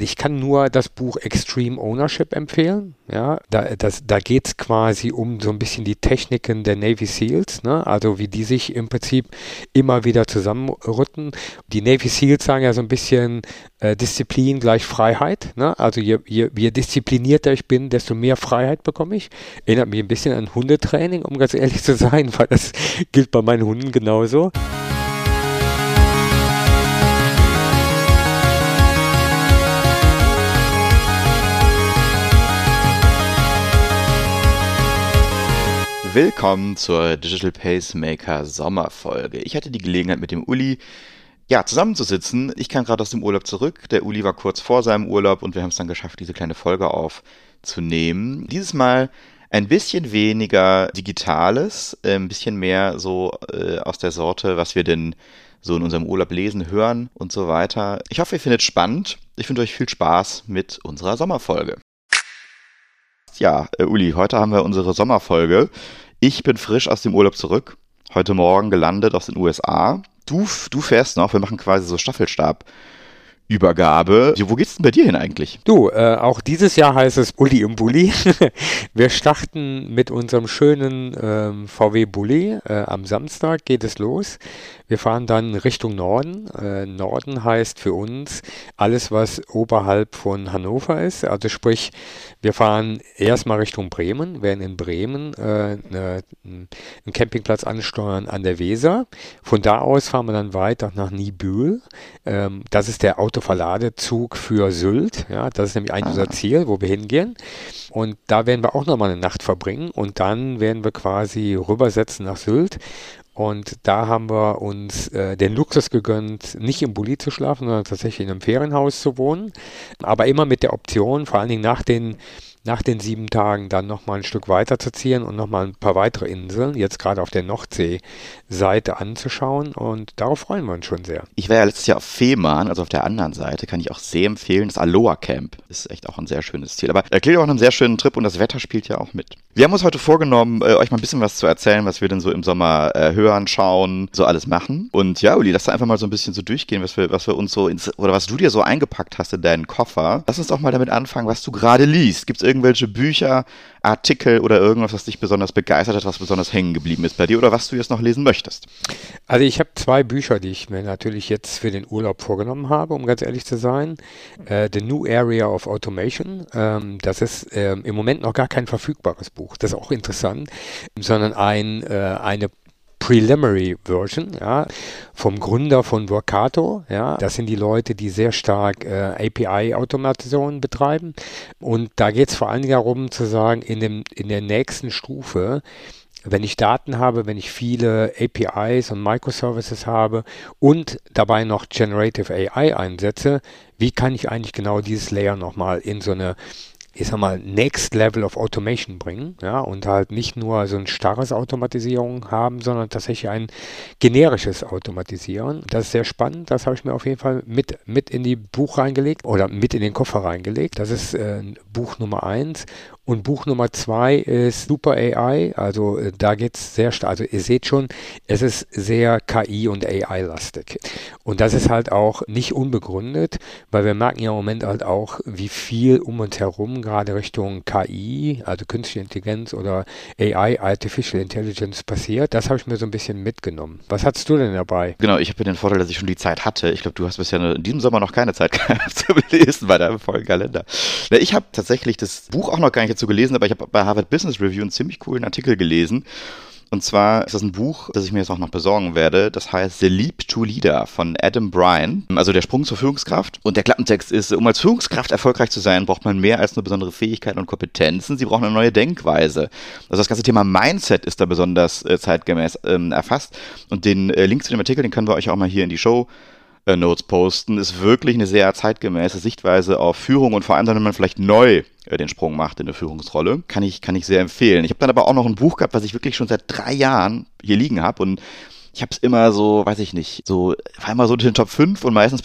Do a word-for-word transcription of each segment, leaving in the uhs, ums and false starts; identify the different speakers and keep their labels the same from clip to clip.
Speaker 1: Ich kann nur das Buch Extreme Ownership empfehlen. Ja, da, das, da geht es quasi um so ein bisschen die Techniken der Navy Seals, ne? Also wie die sich im Prinzip immer wieder zusammenrütten. Die Navy Seals sagen ja so ein bisschen äh, Disziplin gleich Freiheit. Ne? Also je, je, je disziplinierter ich bin, desto mehr Freiheit bekomme ich. Erinnert mich ein bisschen an Hundetraining, um ganz ehrlich zu sein, weil das gilt bei meinen Hunden genauso.
Speaker 2: Willkommen zur Digital Pacemaker Sommerfolge. Ich hatte die Gelegenheit, mit dem Uli ja, zusammenzusitzen. Ich kam gerade aus dem Urlaub zurück. Der Uli war kurz vor seinem Urlaub und wir haben es dann geschafft, diese kleine Folge aufzunehmen. Dieses Mal ein bisschen weniger Digitales, ein bisschen mehr so äh, aus der Sorte, was wir denn so in unserem Urlaub lesen, hören und so weiter. Ich hoffe, ihr findet es spannend. Ich wünsche euch viel Spaß mit unserer Sommerfolge. Ja, äh, Uli, heute haben wir unsere Sommerfolge. Ich bin frisch aus dem Urlaub zurück, heute Morgen gelandet aus den U S A. Du, du fährst noch, wir machen quasi so Staffelstabübergabe. Wo geht's denn bei dir hin eigentlich?
Speaker 1: Du, äh, auch dieses Jahr heißt es Uli im Bulli. Wir starten mit unserem schönen ähm, V W Bulli. Äh, am Samstag geht es los. Wir fahren dann Richtung Norden. Äh, Norden heißt für uns alles, was oberhalb von Hannover ist. Also sprich, wir fahren erstmal Richtung Bremen, werden in Bremen äh, ne, einen Campingplatz ansteuern an der Weser. Von da aus fahren wir dann weiter nach Niebüll. Ähm, das ist der Autoverladezug für Sylt. Ja, das ist nämlich ein unser Ziel, wo wir hingehen. Und da werden wir auch nochmal eine Nacht verbringen. Und dann werden wir quasi rübersetzen nach Sylt. Und da haben wir uns äh, den Luxus gegönnt, nicht im Bulli zu schlafen, sondern tatsächlich in einem Ferienhaus zu wohnen. Aber immer mit der Option, vor allen Dingen nach den, nach den sieben Tagen dann nochmal ein Stück weiter zu ziehen und nochmal ein paar weitere Inseln, jetzt gerade auf der Nordseeseite anzuschauen. Und darauf freuen wir uns schon sehr.
Speaker 2: Ich war ja letztes Jahr auf Fehmarn, also auf der anderen Seite, kann ich auch sehr empfehlen. Das Aloha Camp ist echt auch ein sehr schönes Ziel. Aber er klingt auch einen sehr schönen Trip und das Wetter spielt ja auch mit. Wir haben uns heute vorgenommen, äh, euch mal ein bisschen was zu erzählen, was wir denn so im Sommer äh, hören, schauen, so alles machen. Und ja, Uli, lass da einfach mal so ein bisschen so durchgehen, was wir, was wir uns so ins, oder was du dir so eingepackt hast in deinen Koffer. Lass uns doch mal damit anfangen, was du gerade liest. Gibt es irgendwelche Bücher, Artikel oder irgendwas, was dich besonders begeistert hat, was besonders hängen geblieben ist bei dir oder was du jetzt noch lesen möchtest?
Speaker 1: Also ich habe zwei Bücher, die ich mir natürlich jetzt für den Urlaub vorgenommen habe, um ganz ehrlich zu sein. Äh, The New Area of Automation, ähm, das ist ähm, im Moment noch gar kein verfügbares Buch. Das ist auch interessant, sondern ein, äh, eine Preliminary Version, ja, vom Gründer von Workato, ja, das sind die Leute, die sehr stark äh, A P I-Automation betreiben und da geht es vor allen Dingen darum zu sagen, in dem, in der nächsten Stufe, wenn ich Daten habe, wenn ich viele A P Is und Microservices habe und dabei noch Generative A I einsetze, wie kann ich eigentlich genau dieses Layer nochmal in so eine, ich sag mal, Next Level of Automation bringen, ja, und halt nicht nur so ein starres Automatisierung haben, sondern tatsächlich ein generisches Automatisieren. Das ist sehr spannend, das habe ich mir auf jeden Fall mit, mit in die Buch reingelegt oder mit in den Koffer reingelegt. Das ist äh, Buch Nummer eins. Und Buch Nummer zwei ist Super A I, also äh, da geht es sehr stark, also ihr seht schon, es ist sehr K I- und A I-lastig. Und das ist halt auch nicht unbegründet, weil wir merken ja im Moment halt auch, wie viel um uns herum gerade Richtung K I, also Künstliche Intelligenz oder A I, Artificial Intelligence passiert. Das habe ich mir so ein bisschen mitgenommen. Was hattest du denn dabei?
Speaker 2: Genau, ich habe ja den Vorteil, dass ich schon die Zeit hatte. Ich glaube, du hast bisher in diesem Sommer noch keine Zeit gehabt zu lesen bei deinem vollen Kalender. Ich habe tatsächlich das Buch auch noch gar nicht dazu gelesen, aber ich habe bei Harvard Business Review einen ziemlich coolen Artikel gelesen. Und zwar ist das ein Buch, das ich mir jetzt auch noch besorgen werde. Das heißt The Leap to Leader von Adam Bryan. Also der Sprung zur Führungskraft. Und der Klappentext ist, um als Führungskraft erfolgreich zu sein, braucht man mehr als nur besondere Fähigkeiten und Kompetenzen. Sie brauchen eine neue Denkweise. Also das ganze Thema Mindset ist da besonders äh, zeitgemäß ähm, erfasst. Und den äh, Link zu dem Artikel, den können wir euch auch mal hier in die Show Äh, Notes posten, ist wirklich eine sehr zeitgemäße Sichtweise auf Führung und vor allem dann, wenn man vielleicht neu äh, den Sprung macht in eine Führungsrolle, kann ich, kann ich sehr empfehlen. Ich habe dann aber auch noch ein Buch gehabt, was ich wirklich schon seit drei Jahren hier liegen habe und ich habe es immer so, weiß ich nicht, so war immer so in den Top fünf und meistens bis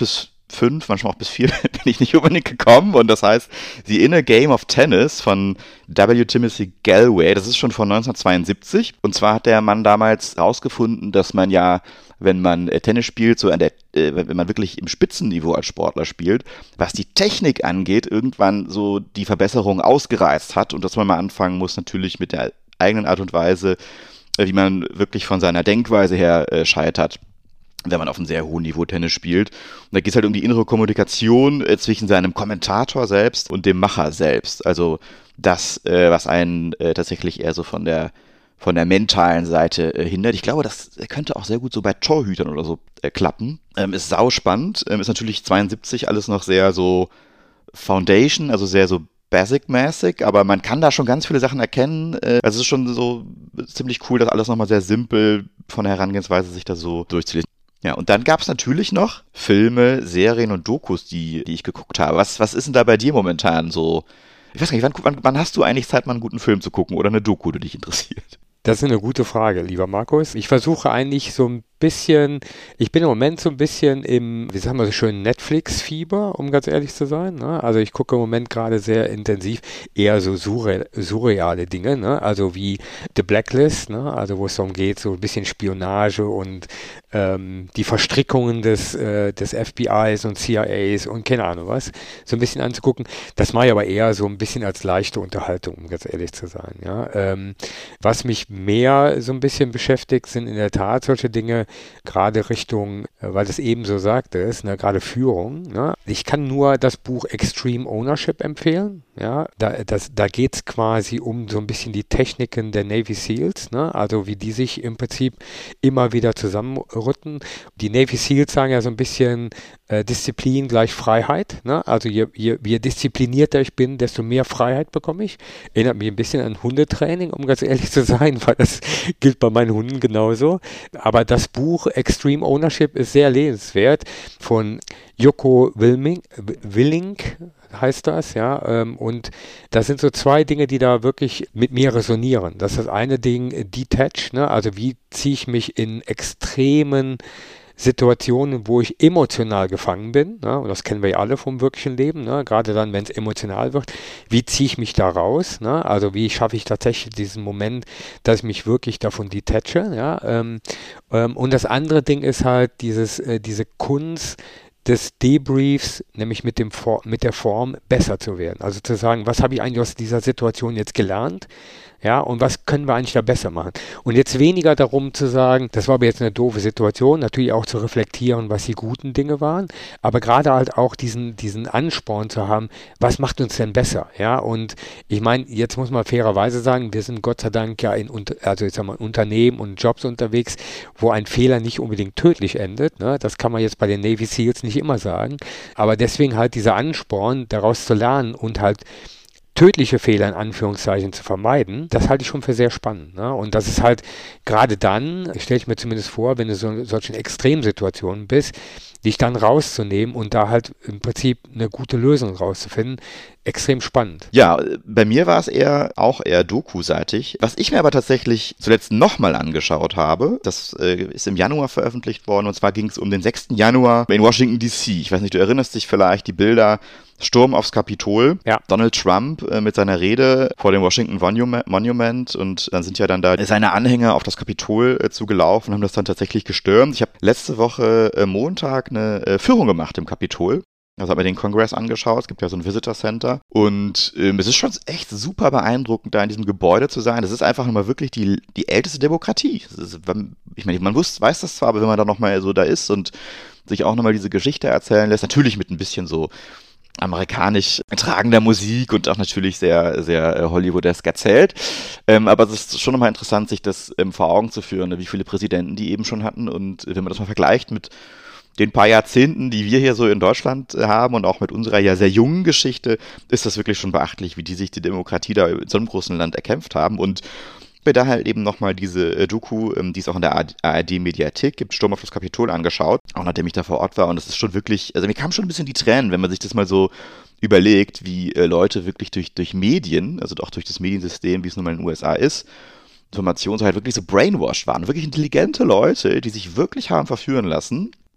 Speaker 2: fünf, manchmal auch bis vier bin ich nicht unbedingt gekommen. Und das heißt, The Inner Game of Tennis von W. Timothy Gallwey, das ist schon von neunzehnhundertzweiundsiebzig. Und zwar hat der Mann damals herausgefunden, dass man ja, wenn man äh, Tennis spielt, so an der, äh, wenn man wirklich im Spitzenniveau als Sportler spielt, was die Technik angeht, irgendwann so die Verbesserung ausgereizt hat und dass man mal anfangen muss, natürlich mit der eigenen Art und Weise, äh, wie man wirklich von seiner Denkweise her äh, scheitert, wenn man auf einem sehr hohen Niveau Tennis spielt. Und da geht es halt um die innere Kommunikation äh, zwischen seinem Kommentator selbst und dem Macher selbst. Also das, äh, was einen äh, tatsächlich eher so von der von der mentalen Seite äh, hindert. Ich glaube, das könnte auch sehr gut so bei Torhütern oder so äh, klappen. Ähm, ist sauspannend. Ähm, ist natürlich zweiundsiebzig alles noch sehr so Foundation, also sehr so Basic-mäßig, aber man kann da schon ganz viele Sachen erkennen. Äh, also es ist schon so ziemlich cool, das alles nochmal sehr simpel von der Herangehensweise sich da so durchzulesen. Ja, und dann gab es natürlich noch Filme, Serien und Dokus, die, die ich geguckt habe. Was, was ist denn da bei dir momentan so? Ich weiß gar nicht, wann, wann, wann hast du eigentlich Zeit, mal einen guten Film zu gucken oder eine Doku, die dich interessiert?
Speaker 1: Das ist eine gute Frage, lieber Markus. Ich versuche eigentlich so ein bisschen, ich bin im Moment so ein bisschen im, wie sagen wir so schön, Netflix-Fieber, um ganz ehrlich zu sein. Ne? Also ich gucke im Moment gerade sehr intensiv eher so surre, surreale Dinge, ne? Also wie The Blacklist, ne? Also wo es darum geht, so ein bisschen Spionage und ähm, die Verstrickungen des, äh, des F B Is und C I As und keine Ahnung was, so ein bisschen anzugucken. Das mache ich aber eher so ein bisschen als leichte Unterhaltung, um ganz ehrlich zu sein. Ja? Ähm, was mich mehr so ein bisschen beschäftigt, sind in der Tat solche Dinge, gerade Richtung, weil das eben so sagte, ist, ne, gerade Führung. Ne? Ich kann nur das Buch Extreme Ownership empfehlen. Ja? Da, das, da geht es quasi um so ein bisschen die Techniken der Navy Seals, ne? Also wie die sich im Prinzip immer wieder zusammenrütten. Die Navy Seals sagen ja so ein bisschen äh, Disziplin gleich Freiheit. Ne? Also je, je, je disziplinierter ich bin, desto mehr Freiheit bekomme ich. Erinnert mich ein bisschen an Hundetraining, um ganz ehrlich zu sein, weil das gilt bei meinen Hunden genauso. Aber das Buch Extreme Ownership ist sehr lesenswert von Jocko Willink, Willink heißt das, ja, ähm, und das sind so zwei Dinge, die da wirklich mit mir resonieren. Das ist das eine Ding, Detach, ne, also wie ziehe ich mich in extremen Situationen, wo ich emotional gefangen bin, ne, und das kennen wir ja alle vom wirklichen Leben, ne, gerade dann, wenn es emotional wird, wie ziehe ich mich da raus, ne, also wie schaffe ich tatsächlich diesen Moment, dass ich mich wirklich davon detache, ja, ähm, ähm, und das andere Ding ist halt dieses, äh, diese Kunst des Debriefs, nämlich mit, dem For- mit der Form besser zu werden. Also zu sagen, was habe ich eigentlich aus dieser Situation jetzt gelernt? Ja, und was können wir eigentlich da besser machen? Und jetzt weniger darum zu sagen, das war aber jetzt eine doofe Situation, natürlich auch zu reflektieren, was die guten Dinge waren, aber gerade halt auch diesen, diesen Ansporn zu haben, was macht uns denn besser? Ja, und ich meine, jetzt muss man fairerweise sagen, wir sind Gott sei Dank ja in, also jetzt sagen wir, Unternehmen und Jobs unterwegs, wo ein Fehler nicht unbedingt tödlich endet. Ne? Das kann man jetzt bei den Navy Seals nicht immer sagen, aber deswegen halt dieser Ansporn, daraus zu lernen und halt tödliche Fehler in Anführungszeichen zu vermeiden, das halte ich schon für sehr spannend. Ne? Und das ist halt gerade dann, stelle ich mir zumindest vor, wenn du so in solchen Extremsituationen bist, dich dann rauszunehmen und da halt im Prinzip eine gute Lösung rauszufinden, extrem spannend.
Speaker 2: Ja, bei mir war es eher auch eher Doku-seitig. Was ich mir aber tatsächlich zuletzt nochmal angeschaut habe, das äh, ist im Januar veröffentlicht worden, und zwar ging es um den sechsten Januar in Washington D C. Ich weiß nicht, du erinnerst dich vielleicht, die Bilder, Sturm aufs Kapitol,
Speaker 1: ja.
Speaker 2: Donald Trump äh, mit seiner Rede vor dem Washington Monument, und dann sind ja dann da seine Anhänger auf das Kapitol äh, zugelaufen und haben das dann tatsächlich gestürmt. Ich habe letzte Woche äh, Montag eine äh, Führung gemacht im Kapitol. Also habe mir den Kongress angeschaut, es gibt ja so ein Visitor Center, und ähm, es ist schon echt super beeindruckend, da in diesem Gebäude zu sein. Das ist einfach nochmal wirklich die, die älteste Demokratie. Das ist, ich meine, man wusste, weiß das zwar, aber wenn man da nochmal so da ist und sich auch nochmal diese Geschichte erzählen lässt, natürlich mit ein bisschen so amerikanisch tragender Musik und auch natürlich sehr, sehr äh, Hollywoodesk erzählt. Ähm, aber es ist schon nochmal interessant, sich das ähm, vor Augen zu führen, ne, wie viele Präsidenten die eben schon hatten, und äh, wenn man das mal vergleicht mit den paar Jahrzehnten, die wir hier so in Deutschland haben und auch mit unserer ja sehr jungen Geschichte, ist das wirklich schon beachtlich, wie die sich die Demokratie da in so einem großen Land erkämpft haben. Und mir da halt eben nochmal diese äh, Doku, ähm, die es auch in der A R D-Mediathek gibt, Sturm auf das Kapitol, angeschaut, auch nachdem ich da vor Ort war. Und das ist schon wirklich, also mir kamen schon ein bisschen die Tränen, wenn man sich das mal so überlegt, wie äh, Leute wirklich durch, durch Medien, also auch durch das Mediensystem, wie es nun mal in den U S A ist, Informationen so halt wirklich so brainwashed waren. Wirklich intelligente Leute, die sich wirklich haben verführen lassen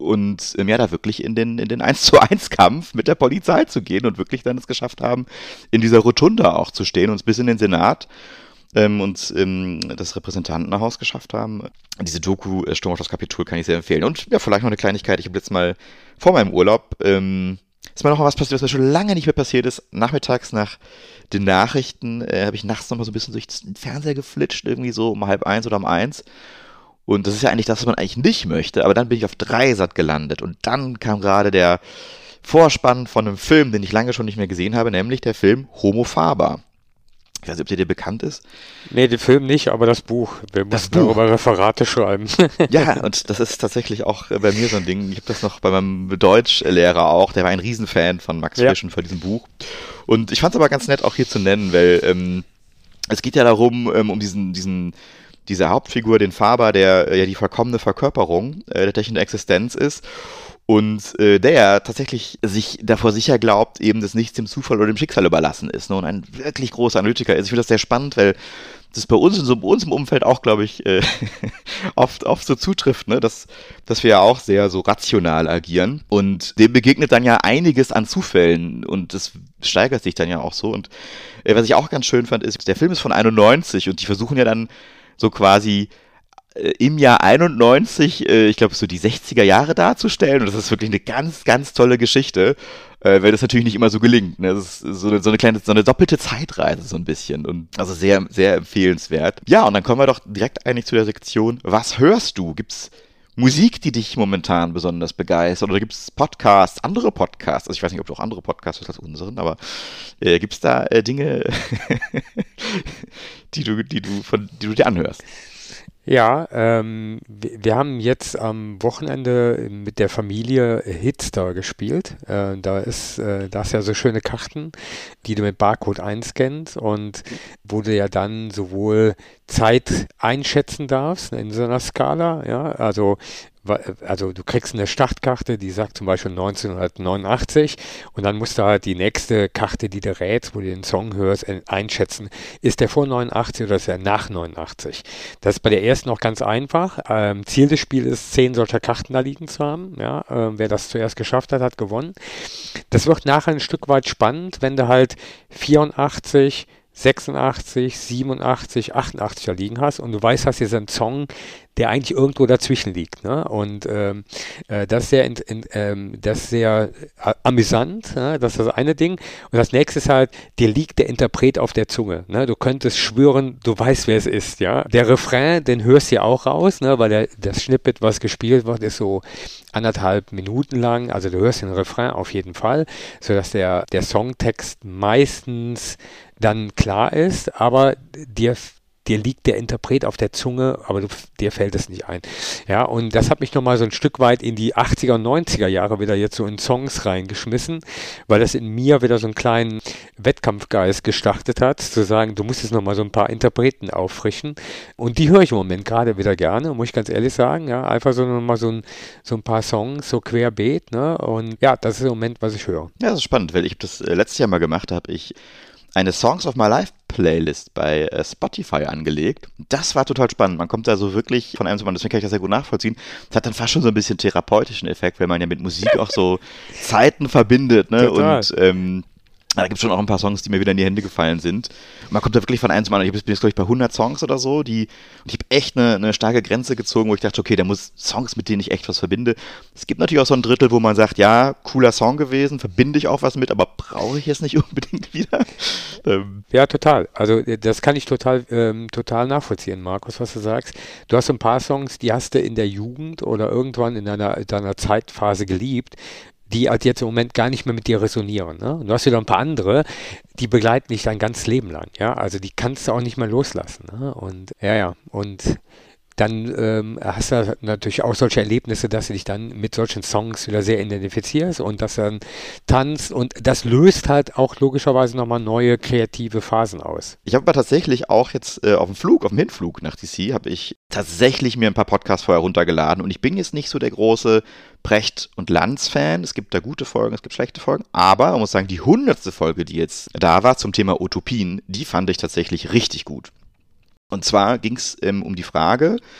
Speaker 2: und ähm, ja, da wirklich in den, in den eins zu eins Kampf mit der Polizei zu gehen und wirklich dann es geschafft haben, in dieser Rotunda auch zu stehen und bis in den Senat ähm, und ähm, das Repräsentantenhaus geschafft haben. Diese Doku äh, Sturm auf das Kapitol kann ich sehr empfehlen. Und ja, vielleicht noch eine Kleinigkeit, ich habe jetzt mal vor meinem Urlaub, ähm, ist mir noch mal was passiert, was mir schon lange nicht mehr passiert ist. Nachmittags nach den Nachrichten äh, habe ich nachts noch mal so ein bisschen durch den Fernseher geflitscht, irgendwie so um halb eins oder um eins. Und das ist ja eigentlich das, was man eigentlich nicht möchte. Aber dann bin ich auf Dreisat gelandet. Und dann kam gerade der Vorspann von einem Film, den ich lange schon nicht mehr gesehen habe, nämlich der Film Homo Faber. Ich weiß nicht, ob der dir bekannt ist.
Speaker 1: Nee, den Film nicht, aber das Buch. Wir
Speaker 2: Das
Speaker 1: mussten
Speaker 2: Buch.
Speaker 1: darüber Referate schreiben.
Speaker 2: Ja, und das ist tatsächlich auch äh, bei mir so ein Ding. Ich habe das noch bei meinem Deutschlehrer auch. Der war ein Riesenfan von Max
Speaker 1: Ja.
Speaker 2: Frisch und von diesem Buch. Und ich fand es aber ganz nett auch hier zu nennen, weil ähm, es geht ja darum, ähm, um diesen, diesen, diese Hauptfigur, den Faber, der äh, ja die vollkommene Verkörperung äh, der technischen Existenz ist. Und äh, der tatsächlich sich davor sicher glaubt, eben, dass nichts dem Zufall oder dem Schicksal überlassen ist, ne? Und ein wirklich großer Analytiker ist. Ich finde das sehr spannend, weil das bei uns, in so, bei uns im Umfeld auch, glaube ich, äh, oft, oft so zutrifft, ne? dass, dass wir ja auch sehr so rational agieren. Und dem begegnet dann ja einiges an Zufällen und das steigert sich dann ja auch so. Und äh, was ich auch ganz schön fand, ist, der Film ist von einundneunzig und die versuchen ja dann so quasi im Jahr einundneunzig, äh, ich glaube, so die sechziger Jahre darzustellen. Und das ist wirklich eine ganz, ganz tolle Geschichte, äh, weil das natürlich nicht immer so gelingt. Ne? Das ist so eine, so eine kleine, so eine doppelte Zeitreise so ein bisschen. Und also sehr, sehr empfehlenswert. Ja, und dann kommen wir doch direkt eigentlich zu der Sektion. Was hörst du? Gibt's Musik, die dich momentan besonders begeistert? Oder gibt's Podcasts, andere Podcasts? Also ich weiß nicht, ob du auch andere Podcasts hörst als unseren, aber äh, gibt's da äh, Dinge, die du, die du, von, die du dir anhörst?
Speaker 1: Ja, ähm, wir, wir haben jetzt am Wochenende mit der Familie Hitstar gespielt. Äh, da ist, äh, da ist ja so schöne Karten, die du mit Barcode einscannst und wo du ja dann sowohl Zeit einschätzen darfst, ne, in so einer Skala, ja, also wa- also du kriegst eine Startkarte, die sagt zum Beispiel neunzehnhundertneunundachtzig und dann musst du halt die nächste Karte, die du rätst, wo du den Song hörst, ein- einschätzen. Ist der vor neunundachtzig oder ist der nach neunundachtzig? Das ist bei der ersten noch ganz einfach. Ähm, Ziel des Spiels ist, zehn solcher Karten da liegen zu haben. Ja, ähm, wer das zuerst geschafft hat, hat gewonnen. Das wird nachher ein Stück weit spannend, wenn du halt vierundachtzig, sechsundachtzig, siebenundachtzig, achtundachtzig da liegen hast und du weißt, hast jetzt einen Song, der eigentlich irgendwo dazwischen liegt. Ne? Und ähm, äh, das ist sehr, in, in, ähm, das ist sehr äh, amüsant, ne? Das ist das eine Ding. Und das nächste ist halt, dir liegt der Interpret auf der Zunge. Ne? Du könntest schwören, du weißt, wer es ist. Ja? Der Refrain, den hörst du ja auch raus, ne? Weil der, das Snippet, was gespielt wird, ist so anderthalb Minuten lang. Also du hörst den Refrain auf jeden Fall, sodass der, der Songtext meistens dann klar ist, aber dir, dir liegt der Interpret auf der Zunge, aber du, dir fällt es nicht ein. Ja, und das hat mich nochmal so ein Stück weit in die achtziger und neunziger Jahre wieder jetzt so in Songs reingeschmissen, weil das in mir wieder so einen kleinen Wettkampfgeist gestartet hat, zu sagen, du musst jetzt nochmal so ein paar Interpreten auffrischen. Und die höre ich im Moment gerade wieder gerne, muss ich ganz ehrlich sagen. Ja, einfach so nochmal so ein, so ein paar Songs, so querbeet, ne? Und ja, das ist im Moment, was ich höre.
Speaker 2: Ja, das ist spannend, weil ich habe das äh, letztes Jahr mal gemacht, da habe ich eine Songs of My Life Playlist bei äh, Spotify angelegt. Das war total spannend. Man kommt da so wirklich von einem zu anderen, deswegen kann ich das sehr gut nachvollziehen. Das hat dann fast schon so ein bisschen therapeutischen Effekt, weil man ja mit Musik auch so Zeiten verbindet, ne?
Speaker 1: Total.
Speaker 2: Und ähm, da gibt es schon auch ein paar Songs, die mir wieder in die Hände gefallen sind. Man kommt da wirklich von einem zum anderen. Ich bin jetzt, glaube ich, bei hundert Songs oder so. Die, und ich habe echt eine, eine starke Grenze gezogen, wo ich dachte, okay, da muss Songs, mit denen ich echt was verbinde. Es gibt natürlich auch so ein Drittel, wo man sagt, ja, cooler Song gewesen, verbinde ich auch was mit, aber brauche ich jetzt nicht unbedingt wieder. Ähm,
Speaker 1: Ja, total. Also äh, das kann ich total, ähm, total nachvollziehen, Markus, was du sagst. Du hast so ein paar Songs, die hast du in der Jugend oder irgendwann in deiner, deiner Zeitphase geliebt, die halt jetzt im Moment gar nicht mehr mit dir resonieren. Ne? Und du hast wieder ein paar andere, die begleiten dich dein ganzes Leben lang. Ja, also die kannst du auch nicht mehr loslassen. Ne? Und ja, ja, und dann ähm, hast du natürlich auch solche Erlebnisse, dass du dich dann mit solchen Songs wieder sehr identifizierst und dass du dann tanzt und das löst halt auch logischerweise nochmal neue kreative Phasen aus.
Speaker 2: Ich habe aber tatsächlich auch jetzt äh, auf dem Flug, auf dem Hinflug nach D C, habe ich tatsächlich mir ein paar Podcasts vorher runtergeladen und ich bin jetzt nicht so der große Precht- und Lanz-Fan. Es gibt da gute Folgen, es gibt schlechte Folgen, aber man muss sagen, die hundertste Folge, die jetzt da war zum Thema Utopien, die fand ich tatsächlich richtig gut. Und zwar ging es ähm, um die Frage,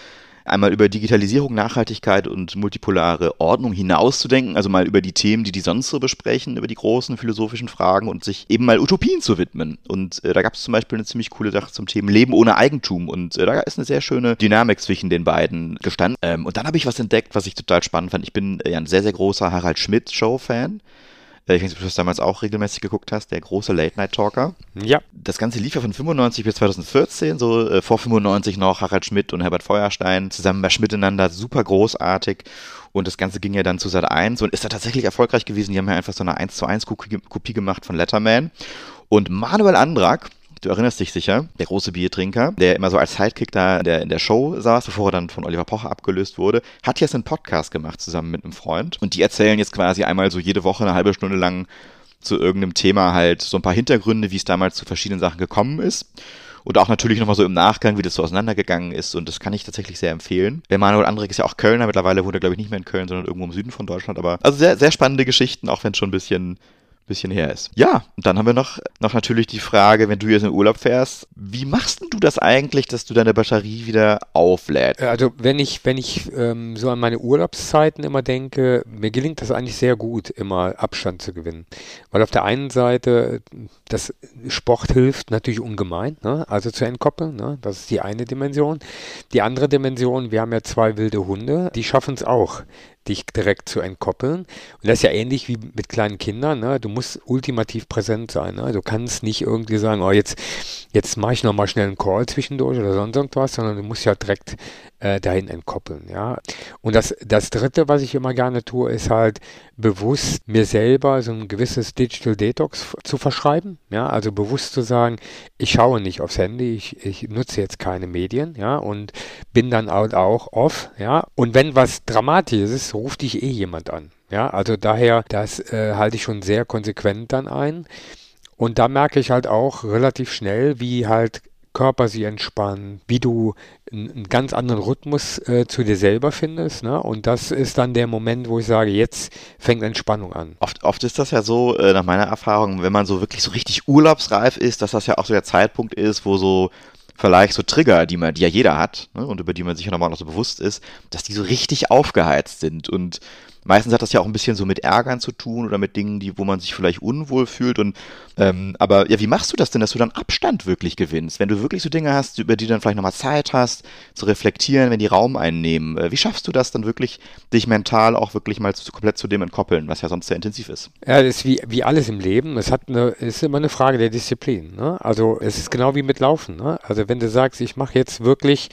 Speaker 2: einmal über Digitalisierung, Nachhaltigkeit und multipolare Ordnung hinauszudenken, also mal über die Themen, die die sonst so besprechen, über die großen philosophischen Fragen und sich eben mal Utopien zu widmen. Und äh, da gab es zum Beispiel eine ziemlich coole Sache zum Thema Leben ohne Eigentum und äh, da ist eine sehr schöne Dynamik zwischen den beiden gestanden. Ähm, und dann habe ich was entdeckt, was ich total spannend fand. Ich bin äh, ja ein sehr, sehr großer Harald Schmidt-Show-Fan. Ich weiß nicht, ob du das damals auch regelmäßig geguckt hast, der große Late-Night-Talker.
Speaker 1: Ja.
Speaker 2: Das Ganze lief ja von fünfundneunzig bis zweitausendvierzehn, so äh, vor fünfundneunzig noch Harald Schmidt und Herbert Feuerstein zusammen bei Schmidt einander, super großartig. Und das Ganze ging ja dann zu Sat eins und ist da tatsächlich erfolgreich gewesen. Die haben ja einfach so eine eins zu eins Kopie gemacht von Letterman. Und Manuel Andrak, du erinnerst dich sicher, der große Biertrinker, der immer so als Sidekick da in der, in der Show saß, bevor er dann von Oliver Pocher abgelöst wurde, hat jetzt einen Podcast gemacht zusammen mit einem Freund. Und die erzählen jetzt quasi einmal so jede Woche eine halbe Stunde lang zu irgendeinem Thema halt so ein paar Hintergründe, wie es damals zu verschiedenen Sachen gekommen ist. Und auch natürlich nochmal so im Nachgang, wie das so auseinandergegangen ist. Und das kann ich tatsächlich sehr empfehlen. Der Manuel Andrak ist ja auch Kölner. Mittlerweile wohnt er, glaube ich, nicht mehr in Köln, sondern irgendwo im Süden von Deutschland. Aber also sehr, sehr spannende Geschichten, auch wenn es schon ein bisschen... bisschen her ist. Ja, und dann haben wir noch, noch natürlich die Frage, wenn du jetzt in Urlaub fährst, wie machst denn du das eigentlich, dass du deine Batterie wieder auflädst?
Speaker 1: Also wenn ich, wenn ich ähm, so an meine Urlaubszeiten immer denke, mir gelingt das eigentlich sehr gut, immer Abstand zu gewinnen. Weil auf der einen Seite, das Sport hilft natürlich ungemein, ne? Also zu entkoppeln, ne? Das ist die eine Dimension. Die andere Dimension, wir haben ja zwei wilde Hunde, die schaffen es auch, dich direkt zu entkoppeln. Und das ist ja ähnlich wie mit kleinen Kindern, ne? Du musst ultimativ präsent sein, ne? Du kannst nicht irgendwie sagen, oh, jetzt, jetzt mache ich nochmal schnell einen Call zwischendurch oder sonst irgendwas, sondern du musst ja direkt äh, dahin entkoppeln, ja. Und das, das Dritte, was ich immer gerne tue, ist halt bewusst mir selber so ein gewisses Digital Detox zu verschreiben, ja. Also bewusst zu sagen, ich schaue nicht aufs Handy, ich, ich nutze jetzt keine Medien, ja, und bin dann halt auch off, ja. Und wenn was Dramatisches ist, ruft dich eh jemand an. Ja, also daher, das äh, halte ich schon sehr konsequent dann ein. Und da merke ich halt auch relativ schnell, wie halt Körper sich entspannen, wie du einen, einen ganz anderen Rhythmus äh, zu dir selber findest. Ne? Und das ist dann der Moment, wo ich sage, jetzt fängt Entspannung an.
Speaker 2: Oft, oft ist das ja so, äh, nach meiner Erfahrung, wenn man so wirklich so richtig urlaubsreif ist, dass das ja auch so der Zeitpunkt ist, wo so vielleicht so Trigger, die man, die ja jeder hat, ne, und über die man sich ja nochmal noch so bewusst ist, dass die so richtig aufgeheizt sind. Und meistens hat das ja auch ein bisschen so mit Ärgern zu tun oder mit Dingen, die, wo man sich vielleicht unwohl fühlt. Und ähm, aber ja, wie machst du das denn, dass du dann Abstand wirklich gewinnst? Wenn du wirklich so Dinge hast, über die du dann vielleicht nochmal Zeit hast, zu reflektieren, wenn die Raum einnehmen, äh, wie schaffst du das dann wirklich, dich mental auch wirklich mal zu, komplett zu dem entkoppeln, was ja sonst sehr intensiv ist?
Speaker 1: Ja, das ist wie, wie alles im Leben. Es hat eine, es ist immer eine Frage der Disziplin. Ne? Also es ist genau wie mit Laufen. Ne? Also wenn du sagst, ich mache jetzt wirklich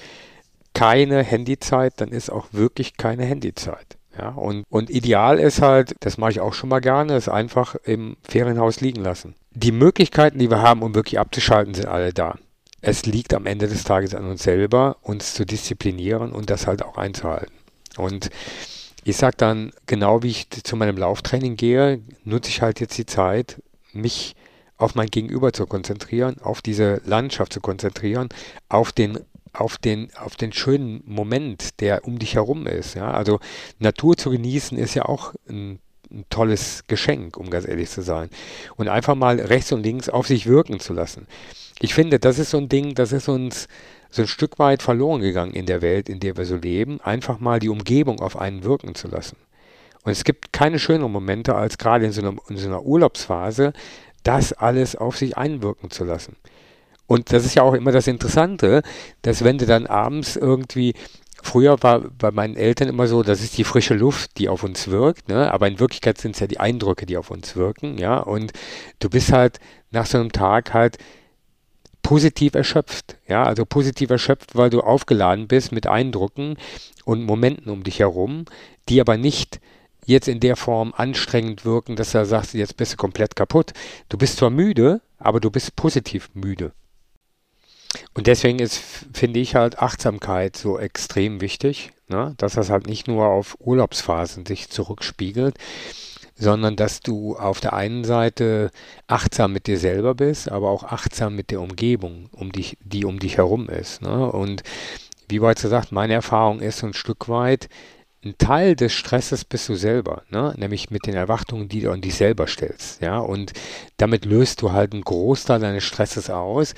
Speaker 1: keine Handyzeit, dann ist auch wirklich keine Handyzeit. Ja, und, und ideal ist halt, das mache ich auch schon mal gerne, ist einfach im Ferienhaus liegen lassen. Die Möglichkeiten, die wir haben, um wirklich abzuschalten, sind alle da. Es liegt am Ende des Tages an uns selber, uns zu disziplinieren und das halt auch einzuhalten. Und ich sage dann, genau wie ich zu meinem Lauftraining gehe, nutze ich halt jetzt die Zeit, mich auf mein Gegenüber zu konzentrieren, auf diese Landschaft zu konzentrieren, auf den auf den, auf den schönen Moment, der um dich herum ist. Ja? Also Natur zu genießen ist ja auch ein, ein tolles Geschenk, um ganz ehrlich zu sein. Und einfach mal rechts und links auf sich wirken zu lassen. Ich finde, das ist so ein Ding, das ist uns so ein Stück weit verloren gegangen in der Welt, in der wir so leben, einfach mal die Umgebung auf einen wirken zu lassen. Und es gibt keine schöneren Momente, als gerade in so einer, in so einer Urlaubsphase, das alles auf sich einwirken zu lassen. Und das ist ja auch immer das Interessante, dass wenn du dann abends irgendwie, früher war bei meinen Eltern immer so, das ist die frische Luft, die auf uns wirkt, ne? Aber in Wirklichkeit sind es ja die Eindrücke, die auf uns wirken, ja, und du bist halt nach so einem Tag halt positiv erschöpft, ja, also positiv erschöpft, weil du aufgeladen bist mit Eindrücken und Momenten um dich herum, die aber nicht jetzt in der Form anstrengend wirken, dass du sagst, jetzt bist du komplett kaputt. Du bist zwar müde, aber du bist positiv müde. Und deswegen ist, finde ich halt Achtsamkeit so extrem wichtig, ne? Dass das halt nicht nur auf Urlaubsphasen sich zurückspiegelt, sondern dass du auf der einen Seite achtsam mit dir selber bist, aber auch achtsam mit der Umgebung, um dich, die um dich herum ist. Ne? Und wie bereits gesagt, meine Erfahrung ist so ein Stück weit, ein Teil des Stresses bist du selber, ne? Nämlich mit den Erwartungen, die du an dich selber stellst. Ja? Und damit löst du halt einen Großteil deines Stresses aus.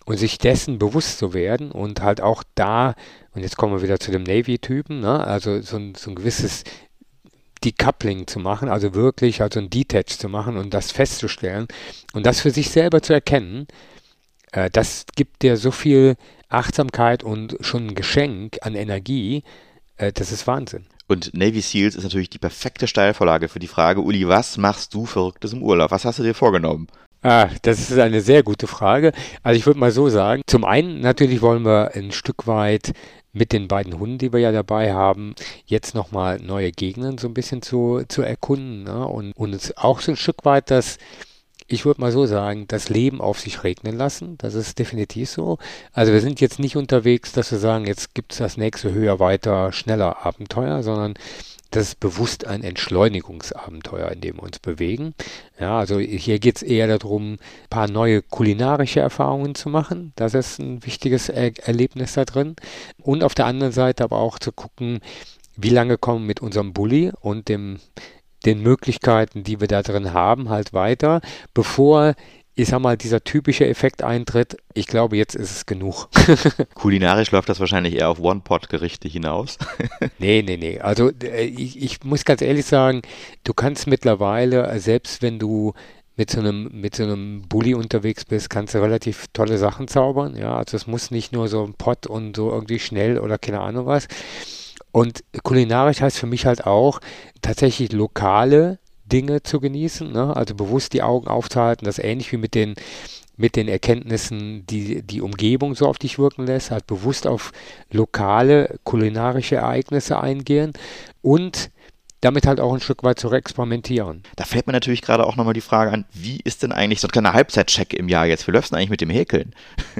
Speaker 1: und sich dessen bewusst zu werden und halt auch da, und jetzt kommen wir wieder zu dem Navy-Typen, ne? Also so ein, so ein gewisses Decoupling zu machen, also wirklich halt so ein Detach zu machen und das festzustellen und das für sich selber zu erkennen, äh, das gibt dir so viel Achtsamkeit und schon ein Geschenk an Energie, äh, das ist Wahnsinn.
Speaker 2: Und Navy Seals ist natürlich die perfekte Steilvorlage für die Frage, Uli, was machst du Verrücktes im Urlaub? Was hast du dir vorgenommen?
Speaker 1: Ah, das ist eine sehr gute Frage. Also ich würde mal so sagen, zum einen natürlich wollen wir ein Stück weit mit den beiden Hunden, die wir ja dabei haben, jetzt nochmal neue Gegenden so ein bisschen zu, zu erkunden, ne? Und, und es auch so ein Stück weit das, ich würde mal so sagen, das Leben auf sich regnen lassen. Das ist definitiv so. Also wir sind jetzt nicht unterwegs, dass wir sagen, jetzt gibt es das nächste höher, weiter, schneller Abenteuer, sondern das ist bewusst ein Entschleunigungsabenteuer, in dem wir uns bewegen. Ja, also hier geht es eher darum, ein paar neue kulinarische Erfahrungen zu machen. Das ist ein wichtiges er- Erlebnis da drin. Und auf der anderen Seite aber auch zu gucken, wie lange kommen wir mit unserem Bulli und dem, den Möglichkeiten, die wir da drin haben, halt weiter, bevor, ich sag mal, dieser typische Effekt eintritt. Ich glaube, jetzt ist es genug.
Speaker 2: Kulinarisch läuft das wahrscheinlich eher auf One-Pot-Gerichte hinaus.
Speaker 1: Nee, nee, nee. Also äh, ich, ich muss ganz ehrlich sagen, du kannst mittlerweile, äh, selbst wenn du mit so einem, mit so einem Bulli unterwegs bist, kannst du relativ tolle Sachen zaubern. Ja, also es muss nicht nur so ein Pott und so irgendwie schnell oder keine Ahnung was. Und kulinarisch heißt für mich halt auch tatsächlich lokale Dinge zu genießen, ne? Also bewusst die Augen aufzuhalten, das ähnlich wie mit den mit den Erkenntnissen, die die Umgebung so auf dich wirken lässt, halt bewusst auf lokale kulinarische Ereignisse eingehen und damit halt auch ein Stück weit zu experimentieren.
Speaker 2: Da fällt mir natürlich gerade auch nochmal die Frage an, wie ist denn eigentlich so ein kleiner Halbzeitcheck im Jahr jetzt? Wie läuft es denn eigentlich mit dem Häkeln?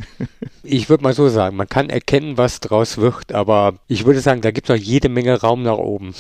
Speaker 1: Ich würde mal so sagen, man kann erkennen, was draus wird, aber ich würde sagen, da gibt es noch jede Menge Raum nach oben.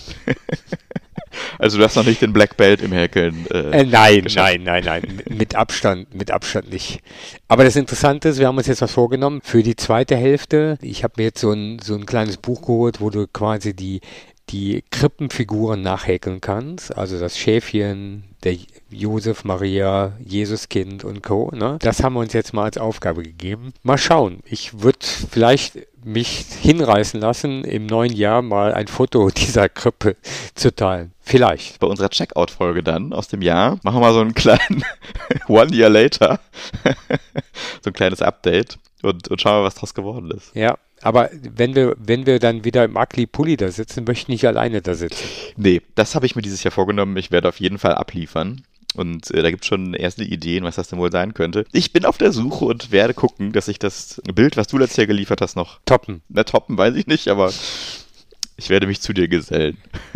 Speaker 2: Also du hast noch nicht den Black Belt im Häkeln.
Speaker 1: Äh, äh, nein, nein, nein, nein, mit Abstand, mit Abstand nicht. Aber das Interessante ist, wir haben uns jetzt was vorgenommen für die zweite Hälfte. Ich habe mir jetzt so ein, so ein kleines Buch geholt, wo du quasi die, die Krippenfiguren nachhäkeln kannst. Also das Schäfchen, der Josef, Maria, Jesuskind und Co. Ne? Das haben wir uns jetzt mal als Aufgabe gegeben. Mal schauen. Ich würde vielleicht mich hinreißen lassen, im neuen Jahr mal ein Foto dieser Krippe zu teilen. Vielleicht.
Speaker 2: Bei unserer Checkout-Folge dann aus dem Jahr machen wir mal so einen kleinen One Year Later, so ein kleines Update und, und schauen wir, was draus geworden ist.
Speaker 1: Ja, aber wenn wir, wenn wir dann wieder im Ugly-Pulli da sitzen, möchte ich nicht alleine da sitzen.
Speaker 2: Nee, das habe ich mir dieses Jahr vorgenommen. Ich werde auf jeden Fall abliefern. Und äh, da gibt es schon erste Ideen, was das denn wohl sein könnte. Ich bin auf der Suche und werde gucken, dass ich das Bild, was du letztes Jahr geliefert hast, noch
Speaker 1: toppen.
Speaker 2: Na, toppen weiß ich nicht, aber ich werde mich zu dir gesellen.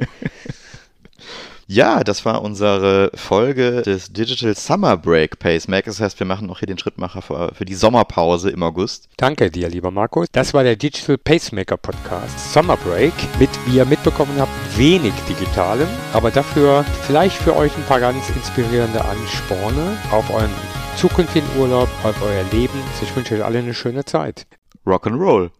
Speaker 2: Ja, das war unsere Folge des Digital Summer Break Pacemaker. Das heißt, wir machen auch hier den Schrittmacher für, für die Sommerpause im August.
Speaker 1: Danke dir, lieber Markus. Das war der Digital Pacemaker Podcast Summer Break mit, wie ihr mitbekommen habt, wenig Digitalem, aber dafür vielleicht für euch ein paar ganz inspirierende Ansporne auf euren zukünftigen Urlaub, auf euer Leben. Ich wünsche euch alle eine schöne Zeit.
Speaker 2: Rock'n'Roll.